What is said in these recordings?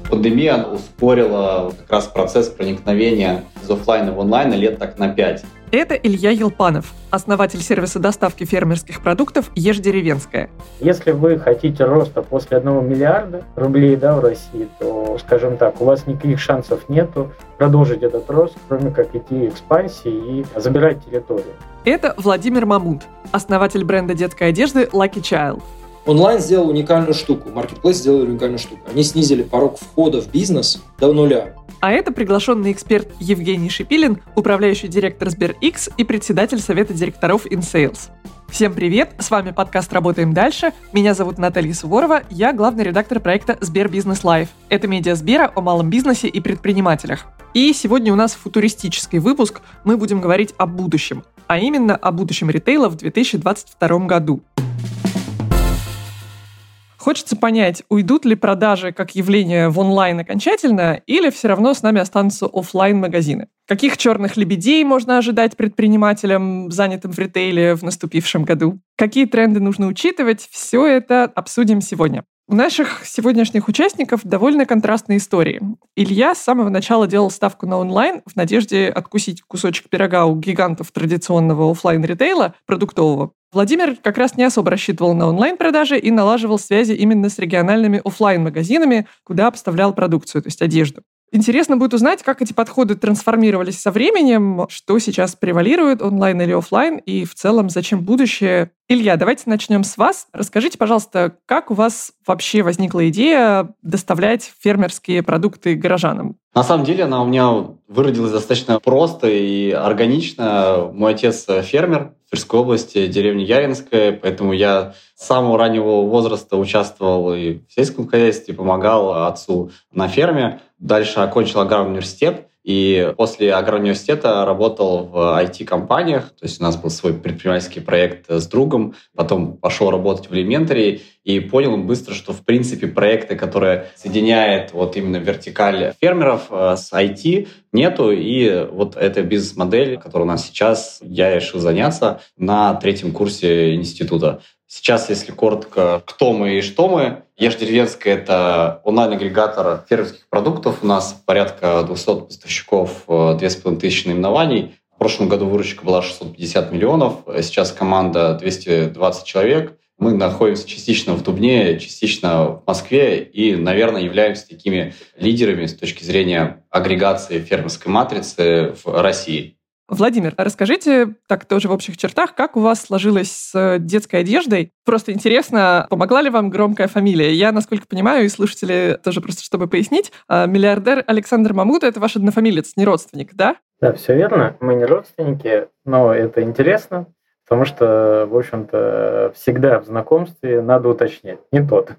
Пандемия ускорила как раз процесс проникновения из офлайна в онлайн лет так на 5. Это Илья Елпанов, основатель сервиса доставки фермерских продуктов «Ешь деревенское». Если вы хотите роста после 1 миллиарда рублей в России, то, скажем так, у вас никаких шансов нету продолжить этот рост, кроме как идти экспансии и забирать территорию. Это Владимир Мамут, основатель бренда детской одежды Lucky Child. Онлайн сделал уникальную штуку, Marketplace сделали уникальную штуку. Они снизили порог входа в бизнес до 0. А это приглашенный эксперт Евгений Шипилин, управляющий директор SberX и председатель совета директоров InSales. Всем привет, с вами подкаст «Работаем дальше». Меня зовут Наталья Суворова, я главный редактор проекта Сбер Бизнес Лайв. Это медиа Сбера о малом бизнесе и предпринимателях. И сегодня у нас футуристический выпуск, мы будем говорить о будущем, а именно о будущем ритейла в 2022 году. Хочется понять, уйдут ли продажи как явление в онлайн окончательно, или все равно с нами останутся офлайн-магазины. Каких черных лебедей можно ожидать предпринимателям, занятым в ритейле в наступившем году? Какие тренды нужно учитывать? Все это обсудим сегодня. У наших сегодняшних участников довольно контрастные истории. Илья с самого начала делал ставку на онлайн в надежде откусить кусочек пирога у гигантов традиционного офлайн-ритейла, продуктового. Владимир как раз не особо рассчитывал на онлайн-продажи и налаживал связи именно с региональными офлайн-магазинами, куда поставлял продукцию, то есть одежду. Интересно будет узнать, как эти подходы трансформировались со временем, что сейчас превалирует, онлайн или офлайн, и в целом зачем будущее. Илья, давайте начнем с вас. Расскажите, пожалуйста, как у вас вообще возникла идея доставлять фермерские продукты горожанам? На самом деле она у меня выродилась достаточно просто и органично. Мой отец фермер в Тверской области, деревня Яринская, поэтому я с самого раннего возраста участвовал и в сельском хозяйстве, помогал отцу на ферме. Дальше окончил аграрный университет. И после агроуниверситета работал в IT-компаниях. То есть у нас был свой предпринимательский проект с другом. Потом пошел работать в Elementary и понял быстро, что в принципе проекты, которые соединяют вот именно вертикаль фермеров с IT, нету. И вот эта бизнес-модель, которая у нас сейчас, я решил заняться на 3-м курсе института. Сейчас, если коротко, кто мы и что мы. Ешь деревенское — это онлайн-агрегатор фермерских продуктов. У нас порядка 200 поставщиков, 2500 наименований. В прошлом году выручка была 650 миллионов. Сейчас команда 220 человек. Мы находимся частично в Дубне, частично в Москве и, наверное, являемся такими лидерами с точки зрения агрегации фермерской матрицы в России. Владимир, расскажите так тоже в общих чертах, как у вас сложилось с детской одеждой? Просто интересно, помогла ли вам громкая фамилия? Я, насколько понимаю, и слушатели тоже просто, чтобы пояснить, миллиардер Александр Мамут — это ваш однофамилец, не родственник, да? Да, все верно. Мы не родственники, но это интересно, потому что, в общем-то, всегда в знакомстве надо уточнять. Не тот.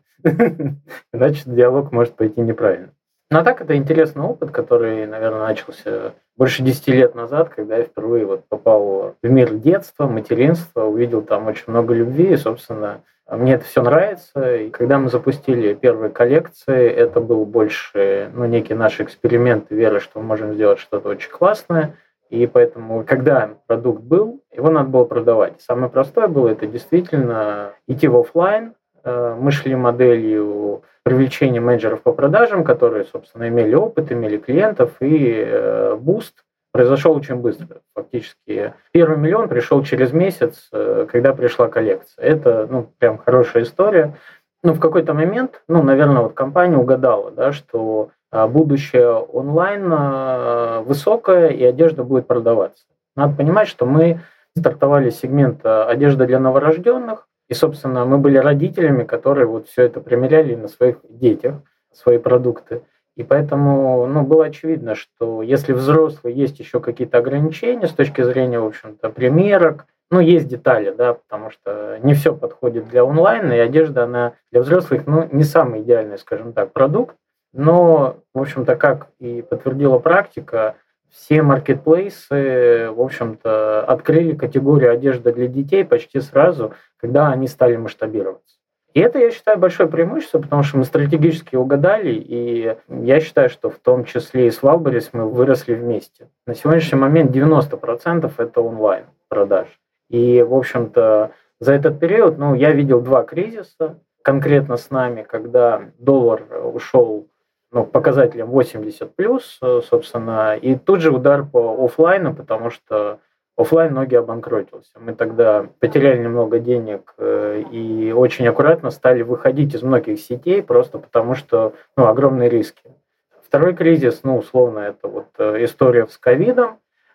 Иначе диалог может пойти неправильно. Но так это интересный опыт, который, наверное, начался больше 10 лет назад, когда я впервые попал в мир детства, материнства, увидел там очень много любви, и, собственно, мне это все нравится. И когда мы запустили первые коллекции, это был больше некий наш эксперимент и вера, что мы можем сделать что-то очень классное. И поэтому, когда продукт был, его надо было продавать. Самое простое было это действительно идти в офлайн. Мы шли моделью привлечения менеджеров по продажам, которые, собственно, имели опыт, имели клиентов, и буст произошел очень быстро. Фактически первый миллион пришел через месяц, когда пришла коллекция. Это, прям хорошая история. В какой-то момент, наверное, компания угадала, что будущее онлайн высокое, и одежда будет продаваться. Надо понимать, что мы стартовали с сегмента одежды для новорожденных, и, собственно, мы были родителями, которые все это примеряли на своих детях, свои продукты. И поэтому было очевидно, что если взрослые есть еще какие-то ограничения с точки зрения, в общем-то, примерок, есть детали, потому что не все подходит для онлайна, и одежда, она для взрослых, не самый идеальный, скажем так, продукт. Но, в общем-то, как и подтвердила практика, все маркетплейсы, в общем-то, открыли категорию одежды для детей почти сразу, когда они стали масштабироваться. И это, я считаю, большое преимущество, потому что мы стратегически угадали, и я считаю, что в том числе и с Валберис мы выросли вместе. На сегодняшний момент 90% это онлайн продаж. И, в общем-то, за этот период, я видел 2 кризиса конкретно с нами, когда доллар ушел показателям 80+, собственно, и тут же удар по офлайну, потому что офлайн многие обанкротился. Мы тогда потеряли немного денег и очень аккуратно стали выходить из многих сетей, просто потому что огромные риски. Второй кризис, условно, это история с ковидом,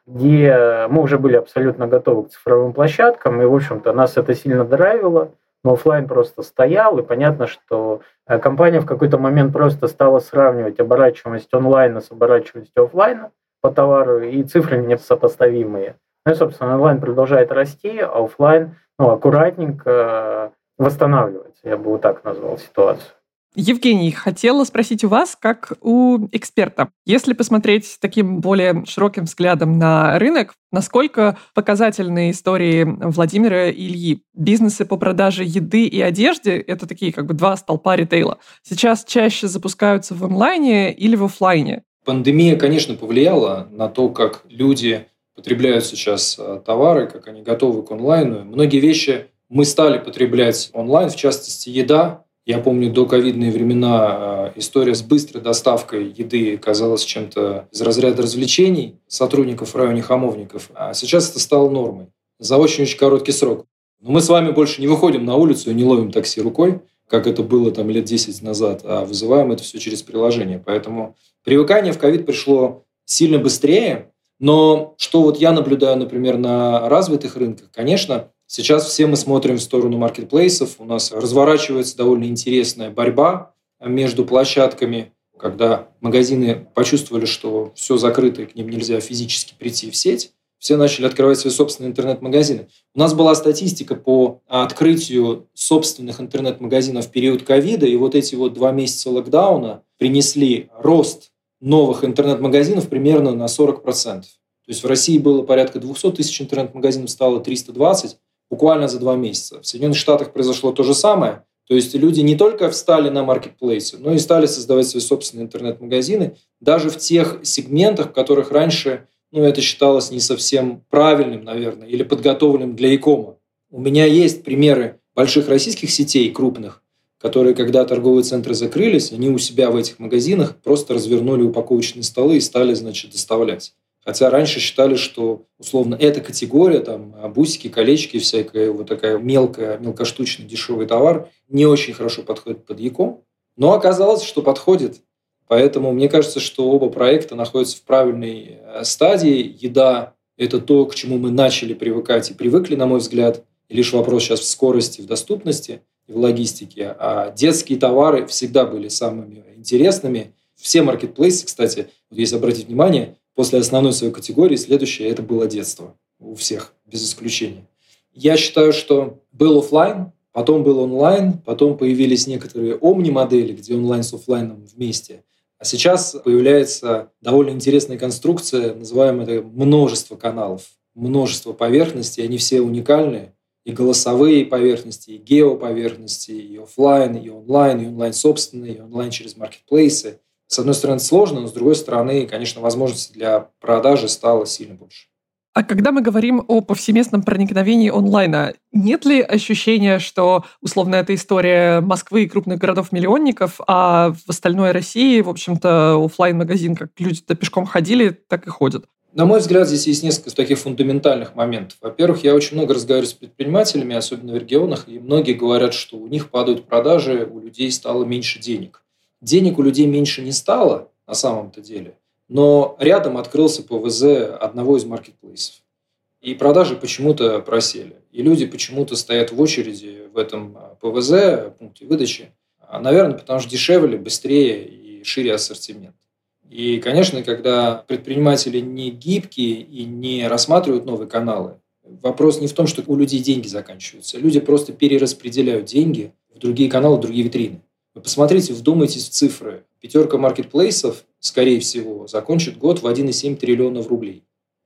где мы уже были абсолютно готовы к цифровым площадкам, и, в общем-то, нас это сильно драйвило, но офлайн просто стоял, и понятно, что компания в какой-то момент просто стала сравнивать оборачиваемость онлайна с оборачиваемостью офлайна по товару, и цифры несопоставимые. И, собственно, онлайн продолжает расти, а офлайн аккуратненько восстанавливается, я бы вот так назвал ситуацию. Евгений, хотела спросить у вас, как у эксперта, если посмотреть таким более широким взглядом на рынок, насколько показательны истории Владимира и Ильи? Бизнесы по продаже еды и одежды — это такие два столпа ритейла. Сейчас чаще запускаются в онлайне или в офлайне? Пандемия, конечно, повлияла на то, как люди потребляют сейчас товары, как они готовы к онлайну. Многие вещи мы стали потреблять онлайн, в частности, еда. Я помню, до ковидные времена история с быстрой доставкой еды казалась чем-то из разряда развлечений сотрудников в районе Хамовников, а сейчас это стало нормой за очень-очень короткий срок. Но мы с вами больше не выходим на улицу и не ловим такси рукой, как это было лет 10 назад, а вызываем это все через приложение. Поэтому привыкание в ковид пришло сильно быстрее. Но что я наблюдаю, например, на развитых рынках, конечно, сейчас все мы смотрим в сторону маркетплейсов. У нас разворачивается довольно интересная борьба между площадками, когда магазины почувствовали, что все закрыто и к ним нельзя физически прийти в сеть. Все начали открывать свои собственные интернет-магазины. У нас была статистика по открытию собственных интернет-магазинов в период ковида, и эти 2 месяца локдауна принесли рост новых интернет-магазинов примерно на 40%. То есть в России было порядка 200 тысяч интернет-магазинов, стало 320 буквально за 2 месяца. В Соединенных Штатах произошло то же самое. То есть люди не только встали на маркетплейсы, но и стали создавать свои собственные интернет-магазины, даже в тех сегментах, в которых раньше это считалось не совсем правильным, наверное, или подготовленным для e-кома. У меня есть примеры больших российских сетей, крупных, которые, когда торговые центры закрылись, они у себя в этих магазинах просто развернули упаковочные столы и стали, доставлять. Хотя раньше считали, что, условно, эта категория, бусики, колечки, всякая такая мелкоштучный дешевый товар, не очень хорошо подходит под e-com, но оказалось, что подходит. Поэтому мне кажется, что оба проекта находятся в правильной стадии. Еда – это то, к чему мы начали привыкать и привыкли, на мой взгляд. И лишь вопрос сейчас в скорости, в доступности и в логистике. А детские товары всегда были самыми интересными. Все маркетплейсы, кстати, если обратить внимание, после основной своей категории следующее – это было детство. У всех, без исключения. Я считаю, что был офлайн, потом был онлайн, потом появились некоторые омни-модели, где онлайн с офлайном вместе. А сейчас появляется довольно интересная конструкция, называемая множество каналов, множество поверхностей, они все уникальные. И голосовые поверхности, и геоповерхности, и офлайн, и онлайн собственные, и онлайн через маркетплейсы. С одной стороны, сложно, но с другой стороны, конечно, возможностей для продажи стало сильно больше. А когда мы говорим о повсеместном проникновении онлайна, нет ли ощущения, что, условно, это история Москвы и крупных городов-миллионников, а в остальной России, в общем-то, офлайн-магазин, как люди-то пешком ходили, так и ходят? На мой взгляд, здесь есть несколько таких фундаментальных моментов. Во-первых, я очень много разговариваю с предпринимателями, особенно в регионах, и многие говорят, что у них падают продажи, у людей стало меньше денег. Денег у людей меньше не стало, на самом-то деле, но рядом открылся ПВЗ одного из маркетплейсов. И продажи почему-то просели. И люди почему-то стоят в очереди в этом ПВЗ, пункте выдачи. Наверное, потому что дешевле, быстрее и шире ассортимент. И, конечно, когда предприниматели не гибкие и не рассматривают новые каналы, вопрос не в том, что у людей деньги заканчиваются. Люди просто перераспределяют деньги в другие каналы, в другие витрины. Вы посмотрите, вдумайтесь в цифры. 5 маркетплейсов, скорее всего, закончит год в 1,7 триллионов рублей.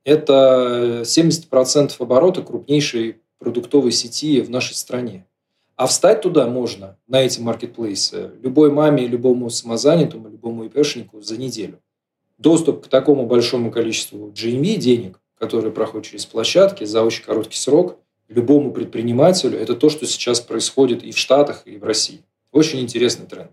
Это 70% оборота крупнейшей продуктовой сети в нашей стране. А встать туда можно, на эти маркетплейсы, любой маме, любому самозанятому, любому ИПшнику за неделю. Доступ к такому большому количеству GMV денег, которые проходят через площадки за очень короткий срок, любому предпринимателю, это то, что сейчас происходит и в Штатах, и в России. Очень интересный тренд.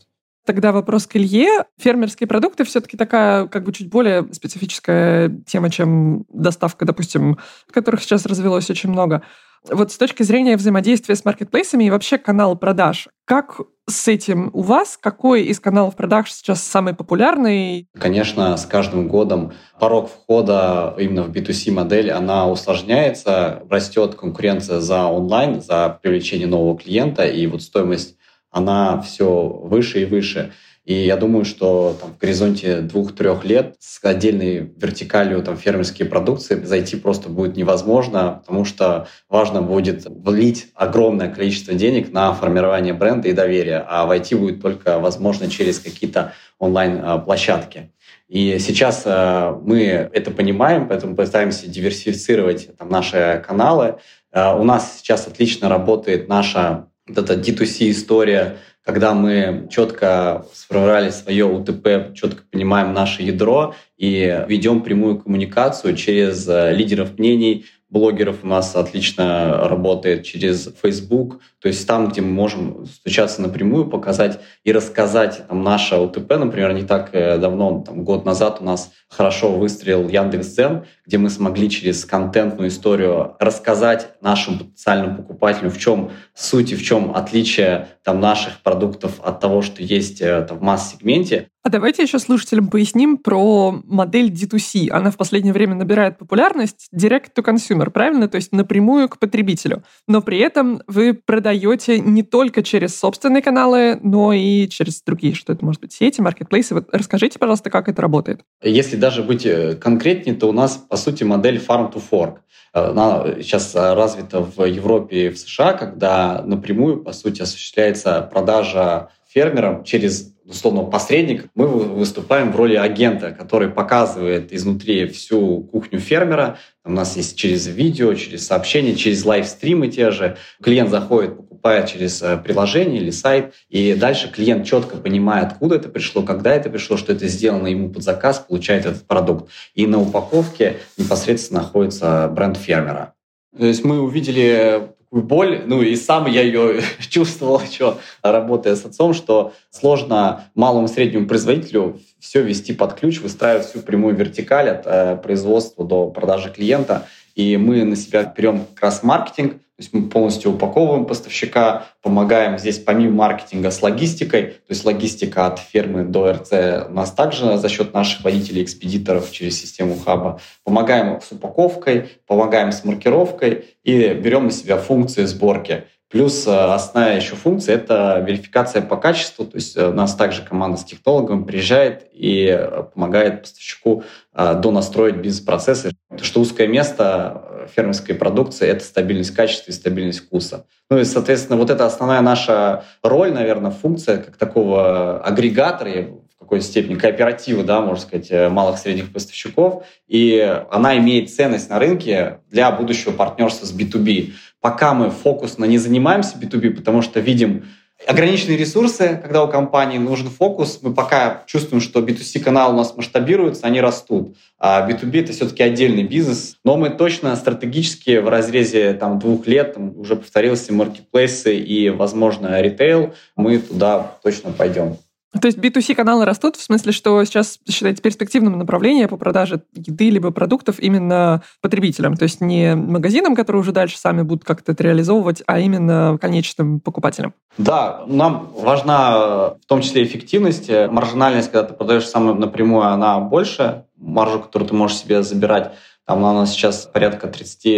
Тогда вопрос к Илье. Фермерские продукты все-таки такая чуть более специфическая тема, чем доставка, допустим, которых сейчас развелось очень много. Вот с точки зрения взаимодействия с маркетплейсами и вообще канал продаж, как с этим у вас? Какой из каналов продаж сейчас самый популярный? Конечно, с каждым годом порог входа именно в B2C модель, она усложняется, растет конкуренция за онлайн, за привлечение нового клиента, и вот стоимость, она все выше и выше. И я думаю, что в горизонте 2-3 лет с отдельной вертикалью фермерские продукции зайти просто будет невозможно, потому что важно будет влить огромное количество денег на формирование бренда и доверия, а войти будет только возможно через какие-то онлайн-площадки. И сейчас мы это понимаем, поэтому пытаемся диверсифицировать наши каналы. У нас сейчас отлично работает наша эта D2C-история, когда мы четко сформировали свое УТП, четко понимаем наше ядро и ведем прямую коммуникацию через лидеров мнений. Блогеров у нас отлично работает через Facebook, то есть там, где мы можем стучаться напрямую, показать и рассказать наше УТП. Например, не так давно, год назад у нас хорошо выстрелил Яндекс.Дзен, где мы смогли через контентную историю рассказать нашему потенциальному покупателю, в чем суть и в чем отличие наших продуктов от того, что есть в масс-сегменте. А давайте еще слушателям поясним про модель D2C. Она в последнее время набирает популярность direct to consumer, правильно? То есть напрямую к потребителю. Но при этом вы продаете не только через собственные каналы, но и через другие, что это может быть сети, маркетплейсы. Вот расскажите, пожалуйста, как это работает. Если даже быть конкретнее, то у нас, по сути, модель farm to fork. Она сейчас развита в Европе и в США, когда напрямую, по сути, осуществляется продажа фермерам через условного посредника. Мы выступаем в роли агента, который показывает изнутри всю кухню фермера. У нас есть через видео, через сообщения, через лайвстримы те же. Клиент заходит, покупает через приложение или сайт, и дальше клиент четко понимает, откуда это пришло, когда это пришло, что это сделано ему под заказ, получает этот продукт. И на упаковке непосредственно находится бренд фермера. То есть мы увидели боль, и сам я ее чувствовал еще, работая с отцом, что сложно малому и среднему производителю все вести под ключ, выстраивать всю прямую вертикаль от производства до продажи клиента. И мы на себя берем как раз маркетинг, то есть мы полностью упаковываем поставщика, помогаем здесь помимо маркетинга с логистикой, то есть логистика от фермы до РЦ у нас также за счет наших водителей-экспедиторов через систему хаба. Помогаем с упаковкой, помогаем с маркировкой и берем на себя функции сборки. Плюс основная еще функция – это верификация по качеству. То есть у нас также команда с технологом приезжает и помогает поставщику донастроить бизнес-процессы. Потому что узкое место фермерской продукции – это стабильность качества и стабильность вкуса. И, соответственно, вот это основная наша роль, наверное, функция как такого агрегатора, в какой-то степени кооператива, можно сказать, малых и средних поставщиков. И она имеет ценность на рынке для будущего партнерства с B2B. Пока мы фокусно не занимаемся B2B, потому что видим ограниченные ресурсы, когда у компании нужен фокус, мы пока чувствуем, что B2C-канал у нас масштабируется, они растут. А B2B — это все-таки отдельный бизнес. Но мы точно стратегически в разрезе 2 лет, уже повторился, маркетплейсы и, возможно, ритейл, мы туда точно пойдем. То есть B2C-каналы растут, в смысле, что сейчас считаете перспективным направлением по продаже еды либо продуктов именно потребителям, то есть не магазинам, которые уже дальше сами будут как-то это реализовывать, а именно конечным покупателям. Да, нам важна в том числе эффективность, маржинальность, когда ты продаешь сам напрямую, она больше, маржу, которую ты можешь себе забирать. Там у нас сейчас порядка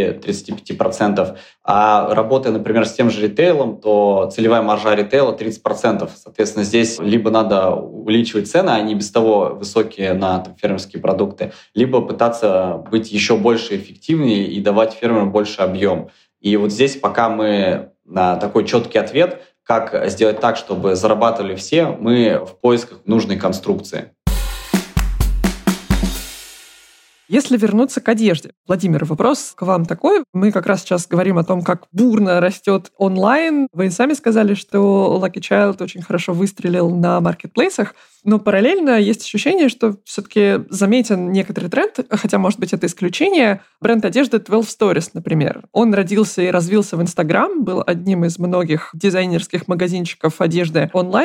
30-35%. А работая, например, с тем же ритейлом, то целевая маржа ритейла 30%. Соответственно, здесь либо надо увеличивать цены, они без того высокие на фермерские продукты, либо пытаться быть еще больше эффективнее и давать фермерам больше объем. И вот здесь пока мы на такой четкий ответ, как сделать так, чтобы зарабатывали все, мы в поисках нужной конструкции. Если вернуться к одежде. Владимир, вопрос к вам такой. Мы как раз сейчас говорим о том, как бурно растет онлайн. Вы сами сказали, что Lucky Child очень хорошо выстрелил на маркетплейсах, но параллельно есть ощущение, что все-таки заметен некоторый тренд, хотя, может быть, это исключение. Бренд одежды 12 Stories, например. Он родился и развился в Instagram, был одним из многих дизайнерских магазинчиков одежды онлайн,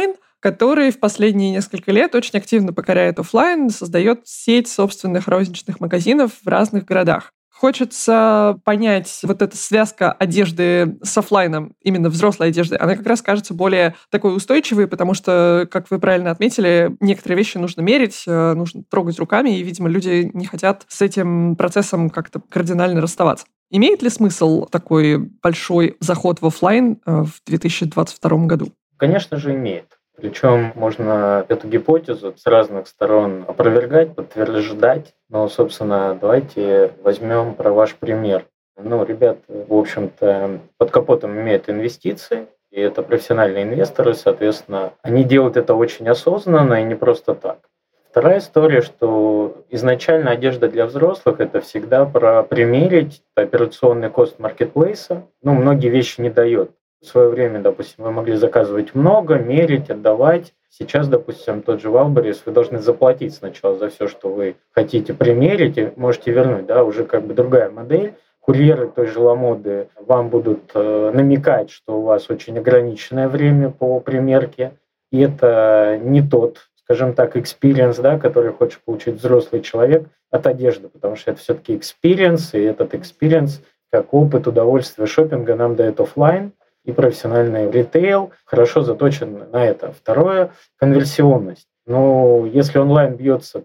который в последние несколько лет очень активно покоряет офлайн, создает сеть собственных розничных магазинов в разных городах. Хочется понять, вот эта связка одежды с офлайном, именно взрослой одежды, она как раз кажется более такой устойчивой, потому что, как вы правильно отметили, некоторые вещи нужно мерить, нужно трогать руками, и, видимо, люди не хотят с этим процессом как-то кардинально расставаться. Имеет ли смысл такой большой заход в офлайн в 2022 году? Конечно же, имеет. Причем можно эту гипотезу с разных сторон опровергать, подтверждать. Но, собственно, давайте возьмем про ваш пример. Ребята, в общем-то, под капотом имеют инвестиции, и это профессиональные инвесторы, соответственно, они делают это очень осознанно и не просто так. Вторая история, что изначально одежда для взрослых – это всегда про примерить, операционный кост маркетплейса. Многие вещи не дает. В свое время, допустим, вы могли заказывать много, мерить, отдавать. Сейчас, допустим, тот же Валберис, вы должны заплатить сначала за все, что вы хотите примерить, и можете вернуть, уже другая модель. Курьеры той же Ламоды вам будут намекать, что у вас очень ограниченное время по примерке, и это не тот, скажем так, экспириенс, который хочет получить взрослый человек от одежды, потому что это все-таки экспириенс, и этот экспириенс, как опыт, удовольствие шопинга нам дает офлайн. И профессиональный ритейл хорошо заточен на это. Второе – конверсионность. Если онлайн бьется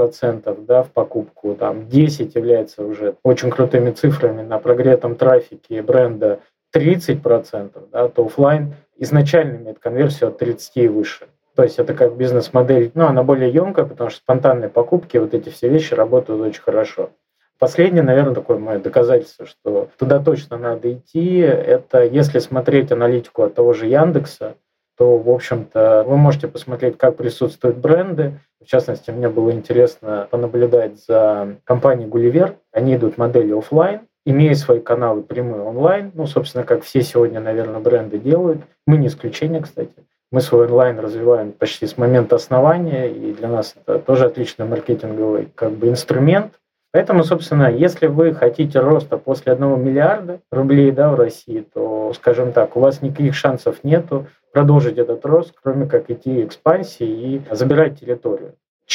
5% в покупку, 10% является уже очень крутыми цифрами на прогретом трафике бренда 30%, то офлайн изначально имеет конверсию от 30% и выше. То есть это как бизнес-модель, она более емкая, потому что спонтанные покупки, эти все вещи работают очень хорошо. Последнее, наверное, такое мое доказательство, что туда точно надо идти, это если смотреть аналитику от того же Яндекса, то, в общем-то, вы можете посмотреть, как присутствуют бренды. В частности, мне было интересно понаблюдать за компанией Gulliver. Они идут моделью офлайн, имея свои каналы прямые онлайн. Собственно, как все сегодня, наверное, бренды делают. Мы не исключение, кстати. Мы свой онлайн развиваем почти с момента основания, и для нас это тоже отличный маркетинговый инструмент. Поэтому, собственно, если вы хотите роста после 1 миллиарда рублей в России, то, скажем так, у вас никаких шансов нету продолжить этот рост, кроме как идти экспансии и забирать территорию.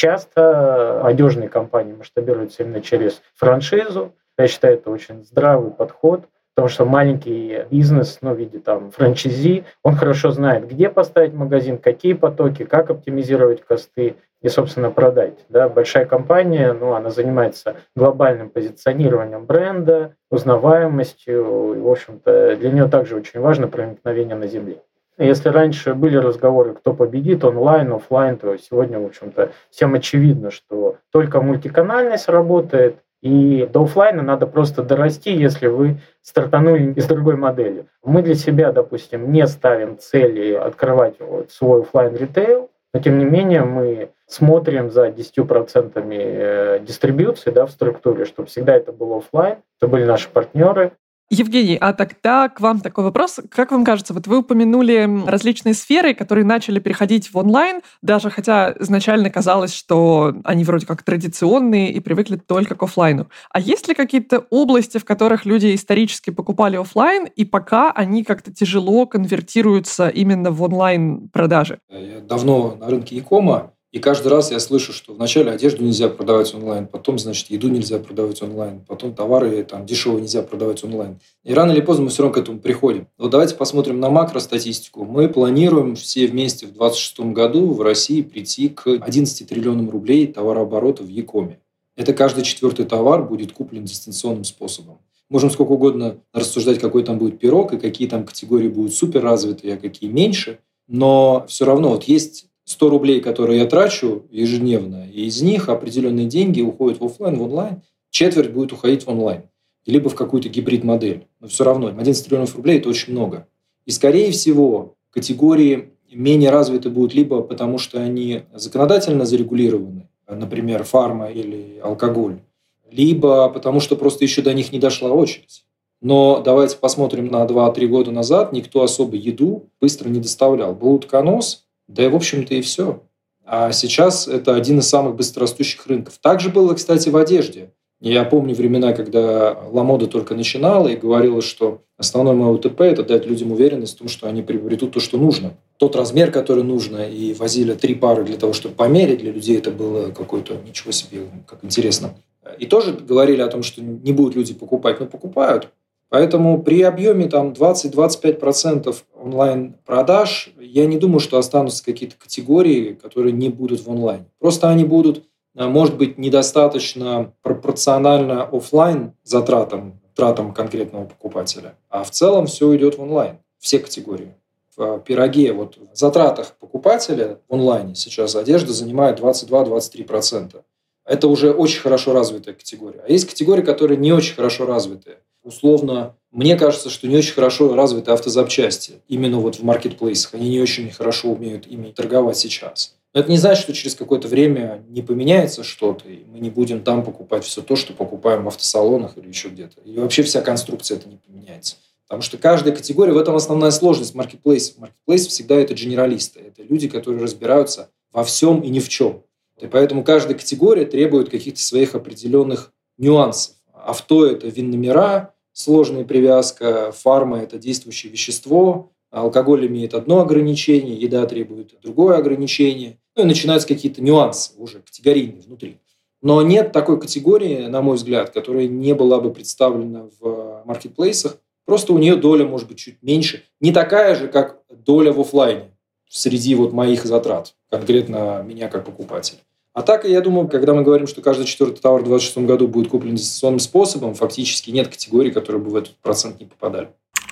Часто одежные компании масштабируются именно через франшизу. Я считаю, это очень здравый подход, потому что маленький бизнес, в виде франчайзи, он хорошо знает, где поставить магазин, какие потоки, как оптимизировать косты и, собственно, продать. Большая компания, она занимается глобальным позиционированием бренда, узнаваемостью, и, в общем-то, для нее также очень важно проникновение на земле. Если раньше были разговоры, кто победит, онлайн, офлайн, то сегодня, в общем-то, всем очевидно, что только мультиканальность работает, и до офлайна надо просто дорасти, если вы стартанули из другой модели. Мы для себя, допустим, не ставим цели открывать свой офлайн-ритейл, но тем не менее мы смотрим за 10% дистрибьюции в структуре, чтобы всегда это было офлайн, это были наши партнеры. Евгений, а тогда к вам такой вопрос. Как вам кажется, вы упомянули различные сферы, которые начали переходить в онлайн, даже хотя изначально казалось, что они вроде как традиционные и привыкли только к офлайну. А есть ли какие-то области, в которых люди исторически покупали офлайн, и пока они как-то тяжело конвертируются именно в онлайн-продажи? Я давно на рынке e-кома, и каждый раз я слышу, что вначале одежду нельзя продавать онлайн, потом, еду нельзя продавать онлайн, потом товары дешевые нельзя продавать онлайн. И рано или поздно мы все равно к этому приходим. Давайте посмотрим на макростатистику. Мы планируем все вместе в 2026 году в России прийти к 11 триллионам рублей товарооборота в e-коме. Это каждый 4-й товар будет куплен дистанционным способом. Можем сколько угодно рассуждать, какой там будет пирог, и какие там категории будут суперразвитые, а какие меньше. Но все равно есть 100 рублей, которые я трачу ежедневно, и из них определенные деньги уходят в офлайн, в онлайн, четверть будет уходить в онлайн, либо в какую-то гибрид-модель. Но все равно 11 триллионов рублей – это очень много. И, скорее всего, категории менее развиты будут либо потому, что они законодательно зарегулированы, например, фарма или алкоголь, либо потому, что просто еще до них не дошла очередь. Но давайте посмотрим на 2-3 года назад. Никто особо еду быстро не доставлял. Был утконос, да и, в общем-то, и все. А сейчас это один из самых быстрорастущих рынков. Так же было, кстати, в одежде. Я помню времена, когда Ламода только начинала и говорила, что основной мой УТП – это дать людям уверенность в том, что они приобретут то, что нужно. тот размер, который нужно, и возили 3 пары для того, чтобы померить. Для людей это было какое-то, ничего себе, как интересно. И тоже говорили о том, что не будут люди покупать, но покупают. Поэтому при объеме там 20-25% онлайн-продаж я не думаю, что останутся какие-то категории, которые не будут в онлайне. Просто они будут, может быть, недостаточно пропорционально офлайн тратам конкретного покупателя. А в целом все идет в онлайн, все категории. В пироге, в затратах покупателя в онлайне сейчас одежда занимает 22-23%. Это уже очень хорошо развитая категория. А есть категории, которые не очень хорошо развитые. Условно, мне кажется, что не очень хорошо развиты автозапчасти. Именно в маркетплейсах. Они не очень хорошо умеют ими торговать сейчас. Но это не значит, что через какое-то время не поменяется что-то, и мы не будем там покупать все то, что покупаем в автосалонах или еще где-то. И вообще вся конструкция это не поменяется. Потому что каждая категория, в этом основная сложность маркетплейсов. Маркетплейс всегда это генералисты. Это люди, которые разбираются во всем и ни в чем. И поэтому каждая категория требует каких-то своих определенных нюансов. Авто – это ВИН-номера, сложная привязка, фарма – это действующее вещество, алкоголь имеет одно ограничение, еда требует другое ограничение. И начинаются какие-то нюансы уже категорийные внутри. Но нет такой категории, на мой взгляд, которая не была бы представлена в маркетплейсах. Просто у нее доля может быть чуть меньше. Не такая же, как доля в офлайне среди моих затрат, конкретно меня как покупателя. А так, я думаю, когда мы говорим, что каждый 4-й товар в 2026 году будет куплен дистанционным способом, фактически нет категорий, которые бы в этот процент не попадали.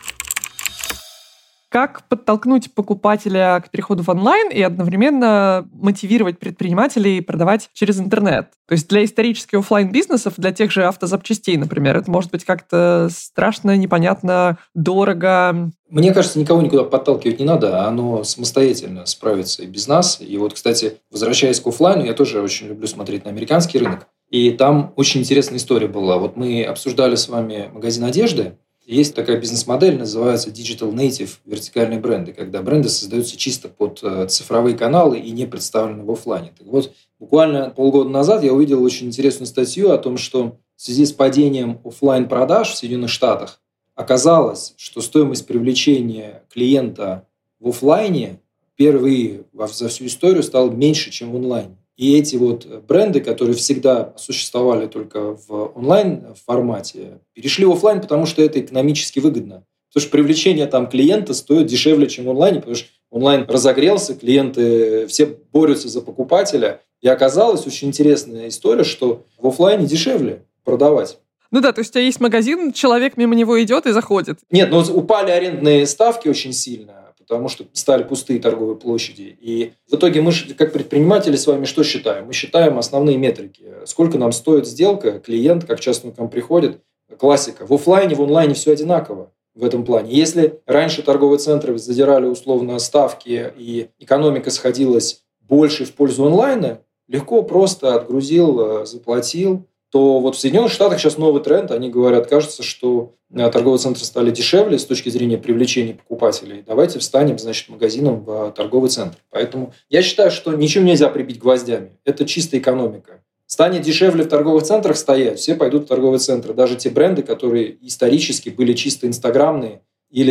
Как подтолкнуть покупателя к переходу в онлайн и одновременно мотивировать предпринимателей продавать через интернет? То есть для исторически офлайн-бизнесов, для тех же автозапчастей, например, это может быть как-то страшно, непонятно, дорого. Мне кажется, никого никуда подталкивать не надо, оно самостоятельно справится и без нас. И кстати, возвращаясь к офлайну, я тоже очень люблю смотреть на американский рынок. И там очень интересная история была. Мы обсуждали с вами магазин одежды. Есть такая бизнес-модель, называется Digital Native, вертикальные бренды, когда бренды создаются чисто под цифровые каналы и не представлены в офлайне. Так буквально полгода назад я увидел очень интересную статью о том, что в связи с падением офлайн-продаж в Соединенных Штатах оказалось, что стоимость привлечения клиента в офлайне впервые за всю историю стала меньше, чем в онлайне. И эти бренды, которые всегда существовали только в онлайн-формате, перешли в офлайн, потому что это экономически выгодно. Потому что привлечение клиента стоит дешевле, чем в онлайне, потому что онлайн разогрелся, клиенты все борются за покупателя. И оказалась очень интересная история, что в офлайне дешевле продавать. То есть у тебя есть магазин, человек мимо него идет и заходит. Нет, упали арендные ставки очень сильно, потому что стали пустые торговые площади. И в итоге мы, как предприниматели, с вами что считаем? Мы считаем основные метрики. Сколько нам стоит сделка, клиент, как часто он к нам приходит. Классика. В офлайне, в онлайне все одинаково в этом плане. Если раньше торговые центры задирали условно ставки и экономика сходилась больше в пользу онлайна, легко просто отгрузил, заплатил, то в Соединенных Штатах сейчас новый тренд. Они говорят, кажется, что торговые центры стали дешевле с точки зрения привлечения покупателей. Давайте встанем, магазином в торговый центр. Поэтому я считаю, что ничем нельзя прибить гвоздями. Это чисто экономика. Станет дешевле в торговых центрах стоять, все пойдут в торговые центры. Даже те бренды, которые исторически были чисто инстаграмные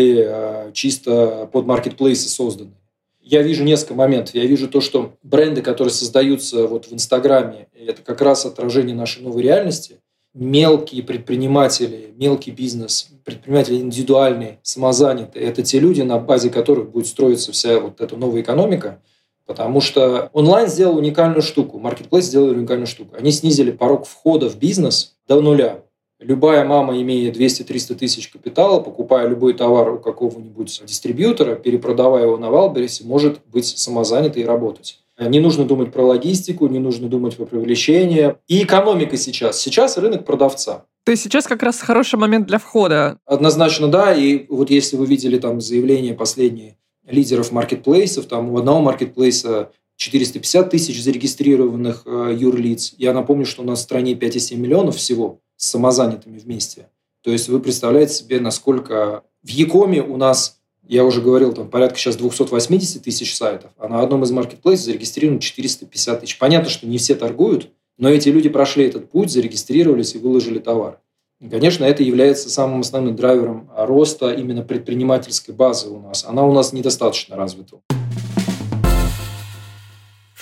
или чисто под маркетплейсы созданы. Я вижу несколько моментов. Я вижу то, что бренды, которые создаются в Инстаграме, это как раз отражение нашей новой реальности. Мелкие предприниматели, мелкий бизнес, предприниматели индивидуальные, самозанятые – это те люди, на базе которых будет строиться вся эта новая экономика. Потому что онлайн сделал уникальную штуку, маркетплейс сделал уникальную штуку. Они снизили порог входа в бизнес до нуля. Любая мама, имея 200-300 тысяч капитала, покупая любой товар у какого-нибудь дистрибьютора, перепродавая его на Вайлдберрисе, может быть самозанятой и работать. Не нужно думать про логистику, не нужно думать про привлечение. И экономика сейчас. Сейчас рынок продавца. То есть сейчас как раз хороший момент для входа. Однозначно, да. И если вы видели заявления последние лидеров маркетплейсов, у одного маркетплейса 450 тысяч зарегистрированных юрлиц. Я напомню, что у нас в стране 5,7 миллионов всего с самозанятыми вместе. То есть вы представляете себе, насколько в Якоме у нас, я уже говорил, порядка сейчас 280 тысяч сайтов, а на одном из маркетплейсов зарегистрировано 450 тысяч. Понятно, что не все торгуют, но эти люди прошли этот путь, зарегистрировались и выложили товар. И, конечно, это является самым основным драйвером роста именно предпринимательской базы у нас. Она у нас недостаточно развита.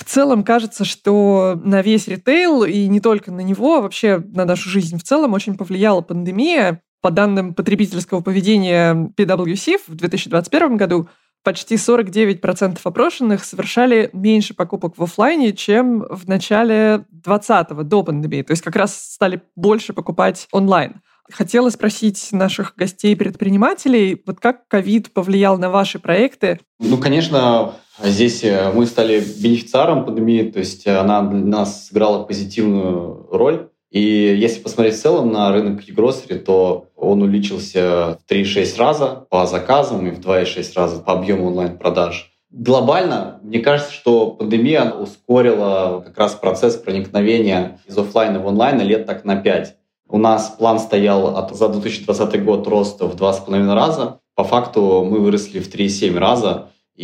целом кажется, что на весь ритейл, и не только на него, а вообще на нашу жизнь в целом очень повлияла пандемия. По данным потребительского поведения PwC в 2021 году почти 49% опрошенных совершали меньше покупок в офлайне, чем в начале 2020-го, до пандемии. То есть как раз стали больше покупать онлайн. Хотела спросить наших гостей-предпринимателей, вот как ковид повлиял на ваши проекты? Конечно, здесь мы стали бенефициаром пандемии, то есть она для нас сыграла позитивную роль. И если посмотреть в целом на рынок e-grocery, то он увеличился в 3,6 раза по заказам и в 2,6 раза по объему онлайн-продаж. Глобально, мне кажется, что пандемия ускорила как раз процесс проникновения из офлайна в онлайн лет так на 5. У нас план стоял за 2020 год роста в 2,5 раза. По факту мы выросли в 3,7 раза.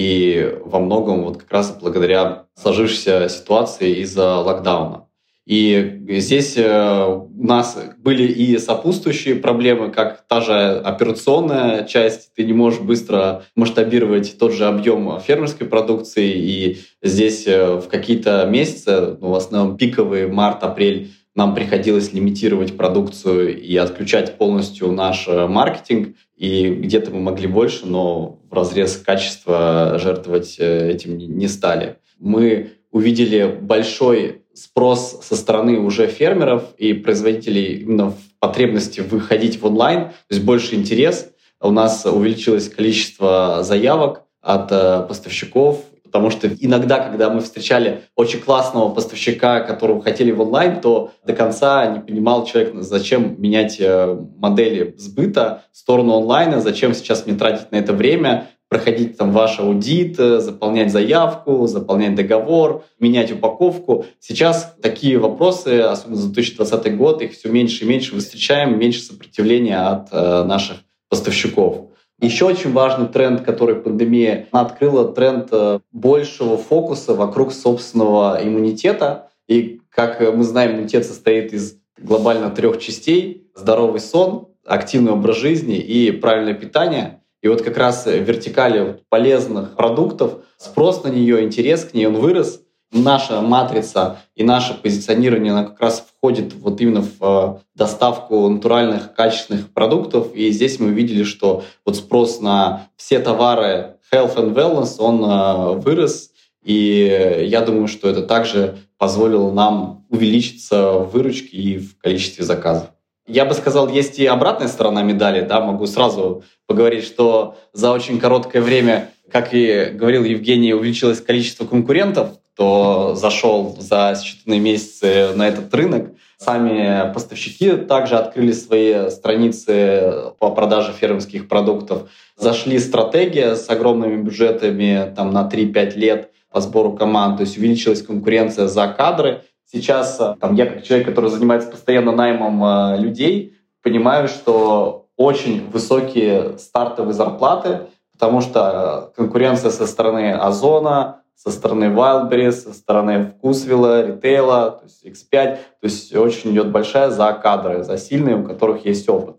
И во многом как раз благодаря сложившейся ситуации из-за локдауна. И здесь у нас были и сопутствующие проблемы, как та же операционная часть. Ты не можешь быстро масштабировать тот же объем фермерской продукции. И здесь в какие-то месяцы, в основном пиковые, март-апрель, нам приходилось лимитировать продукцию и отключать полностью наш маркетинг. И где-то мы могли больше, но в разрез качества жертвовать этим не стали. Мы увидели большой спрос со стороны уже фермеров и производителей именно в потребности выходить в онлайн, то есть больше интерес. У нас увеличилось количество заявок от поставщиков, потому что иногда, когда мы встречали очень классного поставщика, которого хотели в онлайн, то до конца не понимал человек, зачем менять модели сбыта в сторону онлайна, зачем сейчас мне тратить на это время, проходить ваш аудит, заполнять заявку, заполнять договор, менять упаковку. Сейчас такие вопросы, особенно за 2020 год, их все меньше и меньше мы встречаем, меньше сопротивления от наших поставщиков. Еще очень важный тренд, который пандемия открыла, тренд большего фокуса вокруг собственного иммунитета. И, как мы знаем, иммунитет состоит из глобально 3 частей: здоровый сон, активный образ жизни и правильное питание. И как раз в вертикали полезных продуктов спрос на нее, интерес к ней, он вырос. Наша матрица и наше позиционирование, она как раз входит именно в доставку натуральных, качественных продуктов. И здесь мы увидели, что спрос на все товары health and wellness, он вырос. И я думаю, что это также позволило нам увеличиться в выручке и в количестве заказов. Я бы сказал, есть и обратная сторона медали. Могу сразу поговорить, что за очень короткое время, как и говорил Евгений, увеличилось количество конкурентов, кто зашел за считанные месяцы на этот рынок. Сами поставщики также открыли свои страницы по продаже фермерских продуктов. Зашли стратегия с огромными бюджетами на 3-5 лет по сбору команд. То есть увеличилась конкуренция за кадры. Сейчас я, как человек, который занимается постоянно наймом людей, понимаю, что очень высокие стартовые зарплаты, потому что конкуренция со стороны Озона, со стороны Wildberries, со стороны Вкусвилла, ритейла, то есть X5. То есть очень идет большая за кадры, за сильные, у которых есть опыт.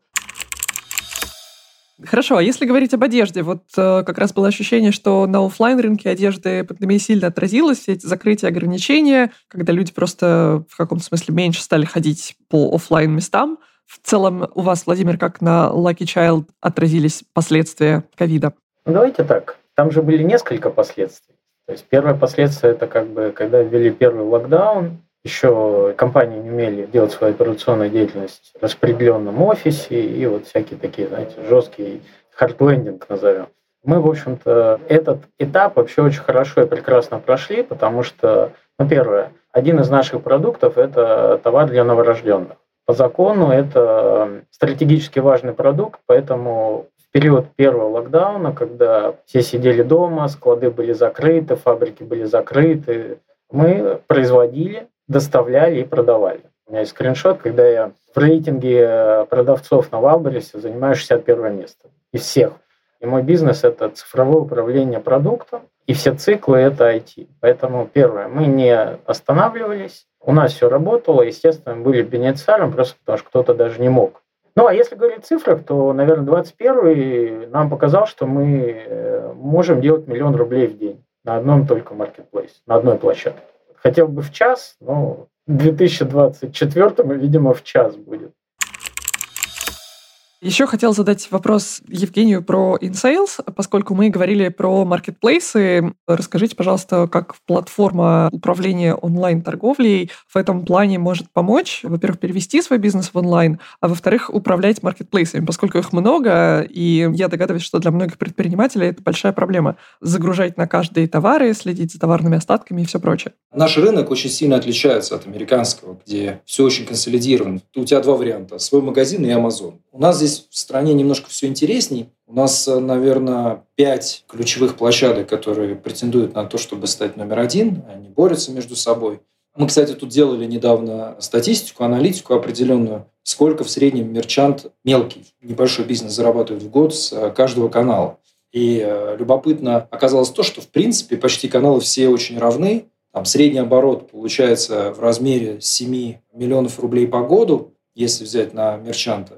Хорошо, а если говорить об одежде, как раз было ощущение, что на офлайн-рынке одежды пандемия сильно отразилась, все эти закрытия, ограничения, когда люди просто в каком-то смысле меньше стали ходить по офлайн-местам. В целом у вас, Владимир, как на Lucky Child отразились последствия ковида? Давайте так. Там же были несколько последствий. То есть первое последствие – это когда ввели первый локдаун, еще компании не умели делать свою операционную деятельность в распределенном офисе и всякие такие, жесткие хардлендинг назовем. Мы, в общем-то, этот этап вообще очень хорошо и прекрасно прошли, потому что, первое, один из наших продуктов – это товар для новорожденных. По закону это стратегически важный продукт, поэтому в период первого локдауна, когда все сидели дома, склады были закрыты, фабрики были закрыты, мы производили, доставляли и продавали. У меня есть скриншот, когда я в рейтинге продавцов на Wildberries занимаю 61 место из всех. И мой бизнес – это цифровое управление продуктом, и все циклы – это IT. Поэтому, первое, мы не останавливались, у нас все работало, естественно, мы были бенефициаром, просто потому что кто-то даже не мог. А если говорить о цифрах, то, наверное, 21-й нам показал, что мы можем делать 1 000 000 рублей в день на одном только маркетплейсе, на одной площадке. Хотел бы в час, но в 2024, видимо, в час будет. Еще хотел задать вопрос Евгению про InSales, поскольку мы говорили про маркетплейсы. Расскажите, пожалуйста, как платформа управления онлайн-торговлей в этом плане может помочь, во-первых, перевести свой бизнес в онлайн, а во-вторых, управлять маркетплейсами, поскольку их много, и я догадываюсь, что для многих предпринимателей это большая проблема. Загружать на каждые товары, следить за товарными остатками и все прочее. Наш рынок очень сильно отличается от американского, где все очень консолидировано. У тебя два варианта – свой магазин и Amazon. У нас здесь в стране немножко все интересней. У нас, наверное, 5 ключевых площадок, которые претендуют на то, чтобы стать номер один. Они борются между собой. Мы, кстати, тут делали недавно статистику, аналитику определенную, сколько в среднем мерчант, мелкий, небольшой бизнес зарабатывает в год с каждого канала. И любопытно оказалось то, что, в принципе, почти каналы все очень равны. Там средний оборот получается в размере 7 миллионов рублей по году, если взять на мерчанта.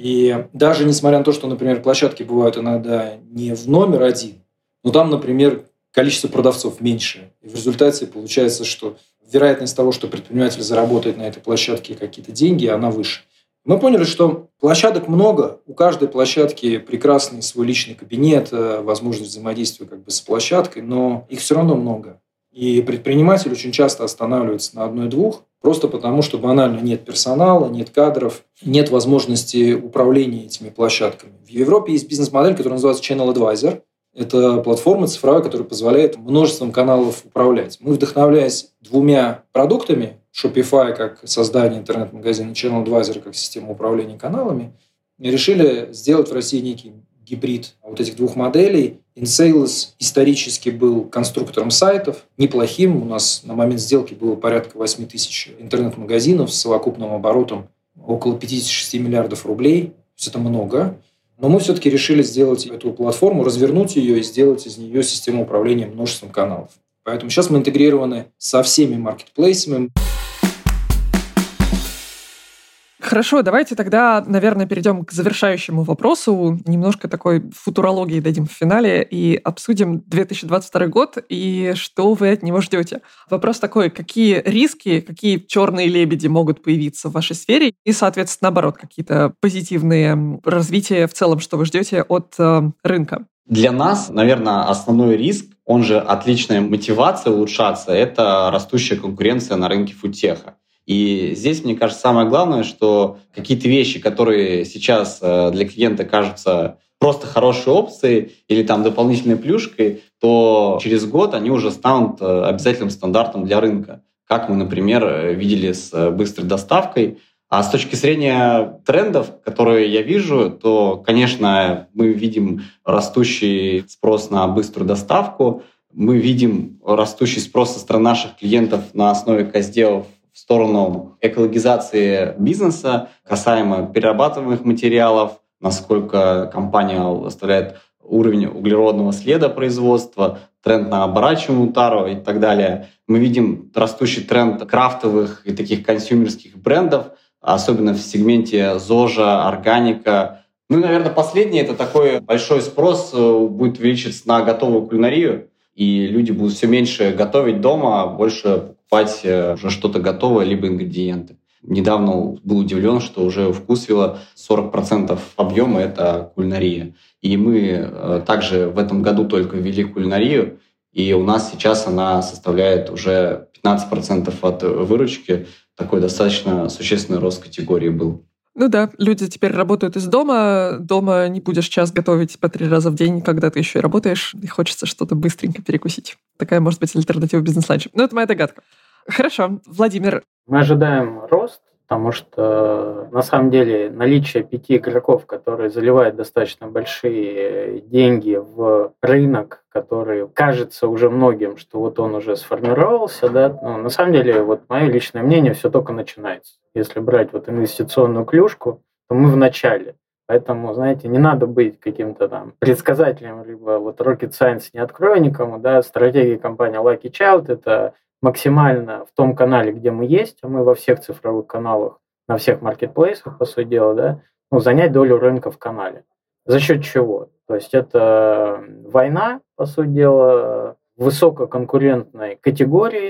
И даже несмотря на то, что, например, площадки бывают иногда не в номер один, но там, например, количество продавцов меньше. И в результате получается, что вероятность того, что предприниматель заработает на этой площадке какие-то деньги, она выше. Мы поняли, что площадок много, у каждой площадки прекрасный свой личный кабинет, возможность взаимодействия с площадкой, но их все равно много. И предприниматель очень часто останавливается на одной-двух, просто потому, что банально нет персонала, нет кадров, нет возможности управления этими площадками. В Европе есть бизнес-модель, которая называется Channel Advisor. Это платформа цифровая, которая позволяет множеством каналов управлять. Мы, вдохновляясь двумя продуктами, Shopify как создание интернет-магазина, Channel Advisor как система управления каналами, решили сделать в России некий гибрид вот этих двух моделей. InSales исторически был конструктором сайтов, неплохим. У нас на момент сделки было порядка 8 тысяч интернет-магазинов с совокупным оборотом около 56 миллиардов рублей. То есть это много. Но мы все-таки решили сделать эту платформу, развернуть ее и сделать из нее систему управления множеством каналов. Поэтому сейчас мы интегрированы со всеми маркетплейсами. Хорошо, давайте тогда, наверное, перейдем к завершающему вопросу. Немножко такой футурологии дадим в финале и обсудим 2022 год и что вы от него ждете. Вопрос такой, какие риски, какие черные лебеди могут появиться в вашей сфере и, соответственно, наоборот, какие-то позитивные развития в целом, что вы ждете от рынка? Для нас, наверное, основной риск, он же отличная мотивация улучшаться, это растущая конкуренция на рынке фудтеха. И здесь, мне кажется, самое главное, что какие-то вещи, которые сейчас для клиента кажутся просто хорошей опцией или там дополнительной плюшкой, то через год они уже станут обязательным стандартом для рынка. Как мы, например, видели с быстрой доставкой. А с точки зрения трендов, которые я вижу, то, конечно, мы видим растущий спрос на быструю доставку, мы видим растущий спрос со стороны наших клиентов на основе КСДов в сторону экологизации бизнеса, касаемо перерабатываемых материалов, насколько компания оставляет уровень углеродного следа производства, тренд на оборачиваемую тару и так далее. Мы видим растущий тренд крафтовых и таких консюмерских брендов, особенно в сегменте ЗОЖа, органика. Ну и, наверное, последнее, это такой большой спрос будет увеличиться на готовую кулинарию, и люди будут все меньше готовить дома, а больше покупать уже что-то готовое, либо ингредиенты. Недавно был удивлен, что уже у Вкусвилла 40% объема — это кулинария. И мы также в этом году только ввели кулинарию, и у нас сейчас она составляет уже 15% от выручки. Такой достаточно существенный рост категории был. Ну да, люди теперь работают из дома. Дома не будешь час готовить по 3 раза в день, когда ты еще и работаешь, и хочется что-то быстренько перекусить. Такая может быть альтернатива бизнес-ланчу. Но это моя догадка. Хорошо. Владимир. Мы ожидаем рост, потому что на самом деле наличие 5 игроков, которые заливают достаточно большие деньги в рынок, который кажется уже многим, что вот он уже сформировался, да, но на самом деле вот мое личное мнение, все только начинается. Если брать вот инвестиционную клюшку, то мы в начале. Поэтому, знаете, не надо быть каким-то там предсказателем, либо вот rocket science не открою никому, да, стратегия компании Lucky Child – это максимально в том канале, где мы есть, а мы во всех цифровых каналах, на всех маркетплейсах, по сути дела, да, занять долю рынка в канале. За счет чего? То есть это война, по сути дела, высококонкурентной категории,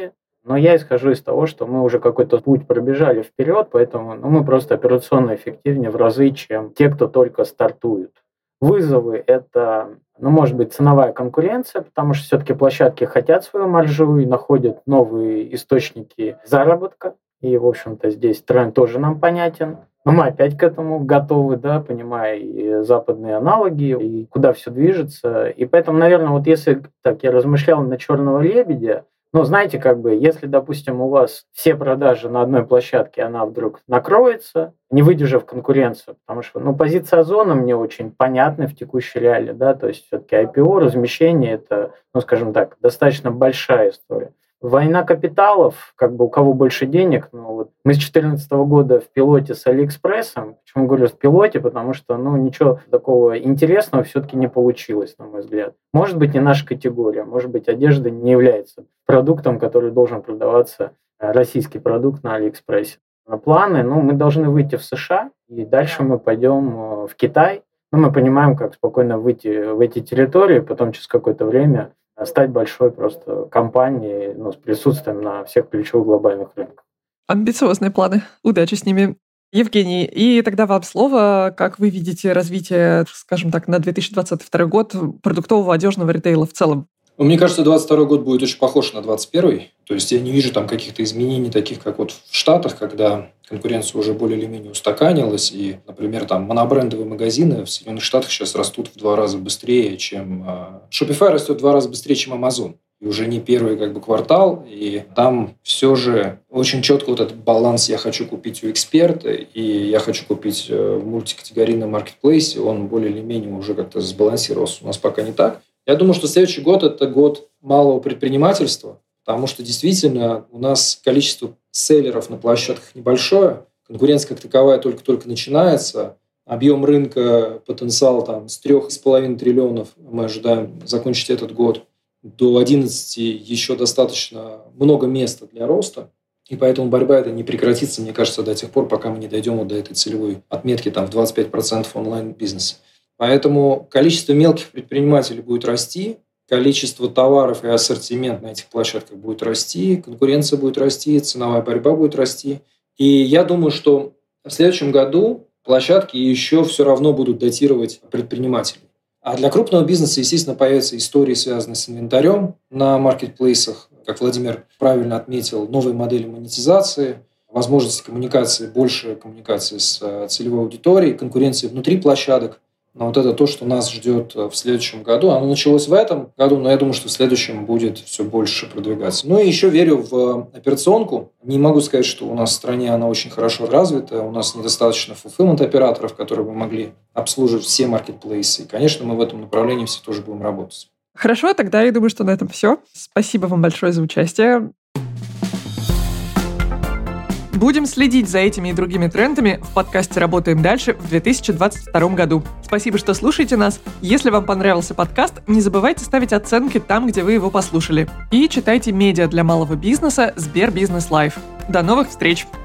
Но я исхожу из того, что мы уже какой-то путь пробежали вперед, поэтому мы просто операционно эффективнее в разы, чем те, кто только стартует. Вызовы – это, может быть, ценовая конкуренция, потому что все-таки площадки хотят свою маржу и находят новые источники заработка. И, в общем-то, здесь тренд тоже нам понятен. Но мы опять к этому готовы, понимая и западные аналоги, и куда все движется. И поэтому, наверное, если так я размышлял на «Черного лебедя», знаете, если, допустим, у вас все продажи на одной площадке, она вдруг накроется, не выдержав конкуренцию, потому что, позиция Озона мне очень понятна в текущей реалии, то есть все-таки IPO, размещение, это, скажем так, достаточно большая история. Война капиталов, у кого больше денег, мы с 2014 года в пилоте с Алиэкспрессом. Почему говорю в пилоте? Потому что, ничего такого интересного все-таки не получилось, на мой взгляд. Может быть, не наша категория, может быть, одежда не является продуктом, который должен продаваться, российский продукт на Алиэкспрессе. Планы, мы должны выйти в США, и дальше мы пойдем в Китай. Мы понимаем, как спокойно выйти в эти территории, потом через какое-то время стать большой просто компанией, с присутствием на всех ключевых глобальных рынках. Амбициозные планы. Удачи с ними. Евгений, и тогда вам слово. Как вы видите развитие, скажем так, на 2022 год продуктового одежного ритейла в целом? Мне кажется, 2022 год будет очень похож на 2021. То есть я не вижу там каких-то изменений, таких как в Штатах, когда конкуренция уже более или менее устаканилась. И, например, там монобрендовые магазины в Соединенных Штатах сейчас растут в 2 раза быстрее, чем... Shopify растет в 2 раза быстрее, чем Amazon. И уже не первый квартал. И там все же очень четко этот баланс «я хочу купить у эксперта» и «я хочу купить в мультикатегорийном маркетплейсе», он более или менее уже как-то сбалансировался. У нас пока не так. Я думаю, что следующий год – это год малого предпринимательства, потому что действительно у нас количество селлеров на площадках небольшое, конкуренция как таковая только-только начинается, объем рынка, потенциал с 3,5 триллионов мы ожидаем закончить этот год, до 11 еще достаточно много места для роста, и поэтому борьба эта не прекратится, мне кажется, до тех пор, пока мы не дойдем до этой целевой отметки в 25% онлайн-бизнеса. Поэтому количество мелких предпринимателей будет расти, количество товаров и ассортимент на этих площадках будет расти, конкуренция будет расти, ценовая борьба будет расти. И я думаю, что в следующем году площадки еще все равно будут датировать предпринимателей. А для крупного бизнеса, естественно, появятся истории, связанные с инвентарем на маркетплейсах. Как Владимир правильно отметил, новые модели монетизации, возможности коммуникации, больше коммуникации с целевой аудиторией, конкуренции внутри площадок. Но это то, что нас ждет в следующем году. Оно началось в этом году, но я думаю, что в следующем будет все больше продвигаться. И еще верю в операционку. Не могу сказать, что у нас в стране она очень хорошо развита. У нас недостаточно фулфилмент-операторов, которые бы могли обслуживать все маркетплейсы. И, конечно, мы в этом направлении все тоже будем работать. Хорошо, тогда я думаю, что на этом все. Спасибо вам большое за участие. Будем следить за этими и другими трендами в подкасте «Работаем дальше» в 2022 году. Спасибо, что слушаете нас. Если вам понравился подкаст, не забывайте ставить оценки там, где вы его послушали. И читайте медиа для малого бизнеса «Сбербизнес Лайв». До новых встреч!